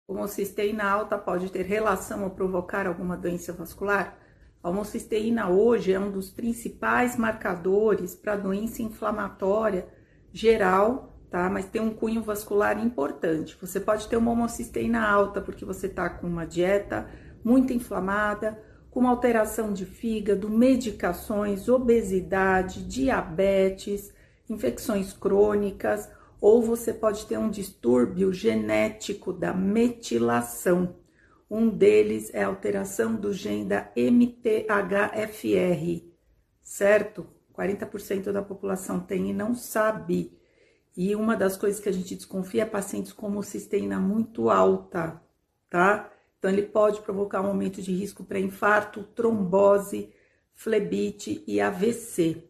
Homocisteína alta pode ter relação ou provocar alguma doença vascular? A homocisteína hoje é um dos principais marcadores para doença inflamatória geral, tá? Mas tem um cunho vascular importante. Você pode ter uma homocisteína alta porque você está com uma dieta muito inflamada, com uma alteração de fígado, medicações, obesidade, diabetes, infecções crônicas, ou você pode ter um distúrbio genético da metilação. Um deles é a alteração do gene da MTHFR, certo? 40% da população tem e não sabe. E uma das coisas que a gente desconfia é pacientes com homocisteína muito alta, tá? Então, ele pode provocar um aumento de risco para infarto, trombose, flebite e AVC.